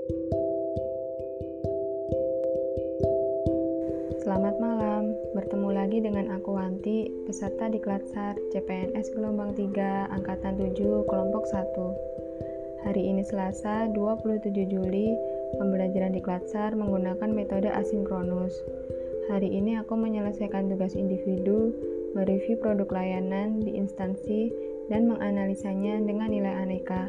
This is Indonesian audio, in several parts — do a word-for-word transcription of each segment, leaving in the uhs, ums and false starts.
Selamat malam, bertemu lagi dengan aku Wanti, peserta Diklat-SAR C P N S Gelombang tiga, Angkatan tujuh, Kelompok satu. Hari ini Selasa, dua puluh tujuh Juli, pembelajaran Diklat-SAR menggunakan metode asinkronus. Hari ini aku menyelesaikan tugas individu, mereview produk layanan di instansi, dan menganalisanya dengan nilai aneka.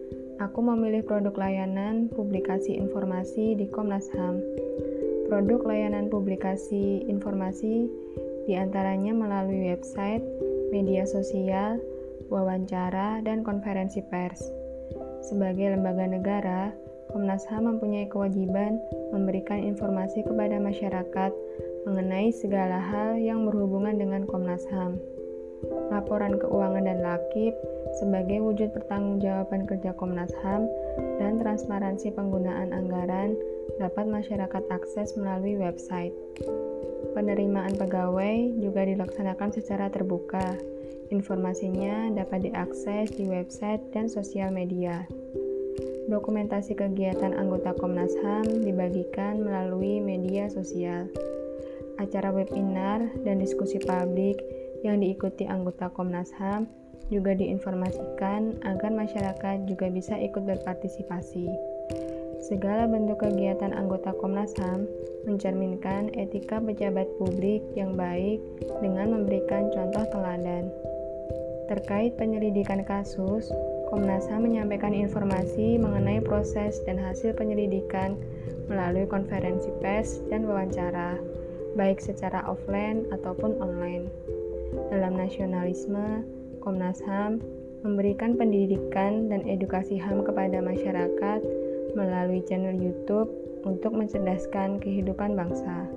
Aku memilih produk layanan publikasi informasi di Komnas H A M. Produk layanan publikasi informasi diantaranya melalui website, media sosial, wawancara, dan konferensi pers. Sebagai lembaga negara, Komnas H A M mempunyai kewajiban memberikan informasi kepada masyarakat mengenai segala hal yang berhubungan dengan Komnas H A M. Laporan keuangan dan lakib sebagai wujud pertanggungjawaban kerja Komnas H A M dan transparansi penggunaan anggaran dapat masyarakat akses melalui website. Penerimaan pegawai juga dilaksanakan secara terbuka. Informasinya dapat diakses di website dan sosial media. Dokumentasi kegiatan anggota Komnas H A M dibagikan melalui media sosial. Acara webinar dan diskusi publik yang diikuti anggota Komnas H A M juga diinformasikan agar masyarakat juga bisa ikut berpartisipasi. Segala bentuk kegiatan anggota Komnas H A M mencerminkan etika pejabat publik yang baik dengan memberikan contoh teladan. Terkait penyelidikan kasus, Komnas H A M menyampaikan informasi mengenai proses dan hasil penyelidikan melalui konferensi pers dan wawancara, baik secara offline ataupun online. Dalam nasionalisme, Komnas H A M memberikan pendidikan dan edukasi H A M kepada masyarakat melalui channel YouTube untuk mencerdaskan kehidupan bangsa.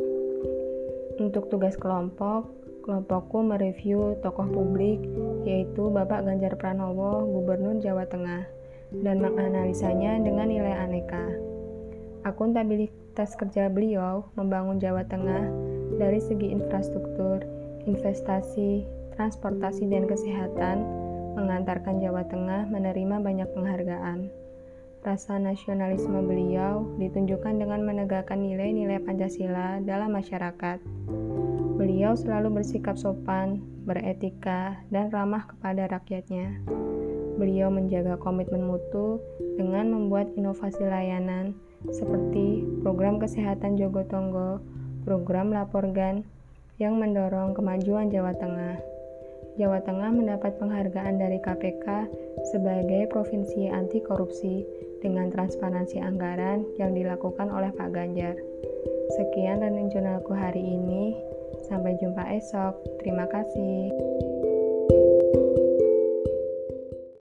Untuk tugas kelompok, kelompokku mereview tokoh publik yaitu Bapak Ganjar Pranowo, Gubernur Jawa Tengah, dan menganalisanya dengan nilai aneka. Akuntabilitas kerja beliau membangun Jawa Tengah dari segi infrastruktur, investasi, transportasi, dan kesehatan mengantarkan Jawa Tengah menerima banyak penghargaan. Rasa nasionalisme beliau ditunjukkan dengan menegakkan nilai-nilai Pancasila dalam masyarakat. Beliau selalu bersikap sopan, beretika, dan ramah kepada rakyatnya. Beliau menjaga komitmen mutu dengan membuat inovasi layanan seperti program kesehatan Jogotongo, program Laporgan yang mendorong kemajuan Jawa Tengah. Jawa Tengah mendapat penghargaan dari K P K sebagai provinsi anti korupsi dengan transparansi anggaran yang dilakukan oleh Pak Ganjar. Sekian running jurnalku hari ini. Sampai jumpa esok. Terima kasih.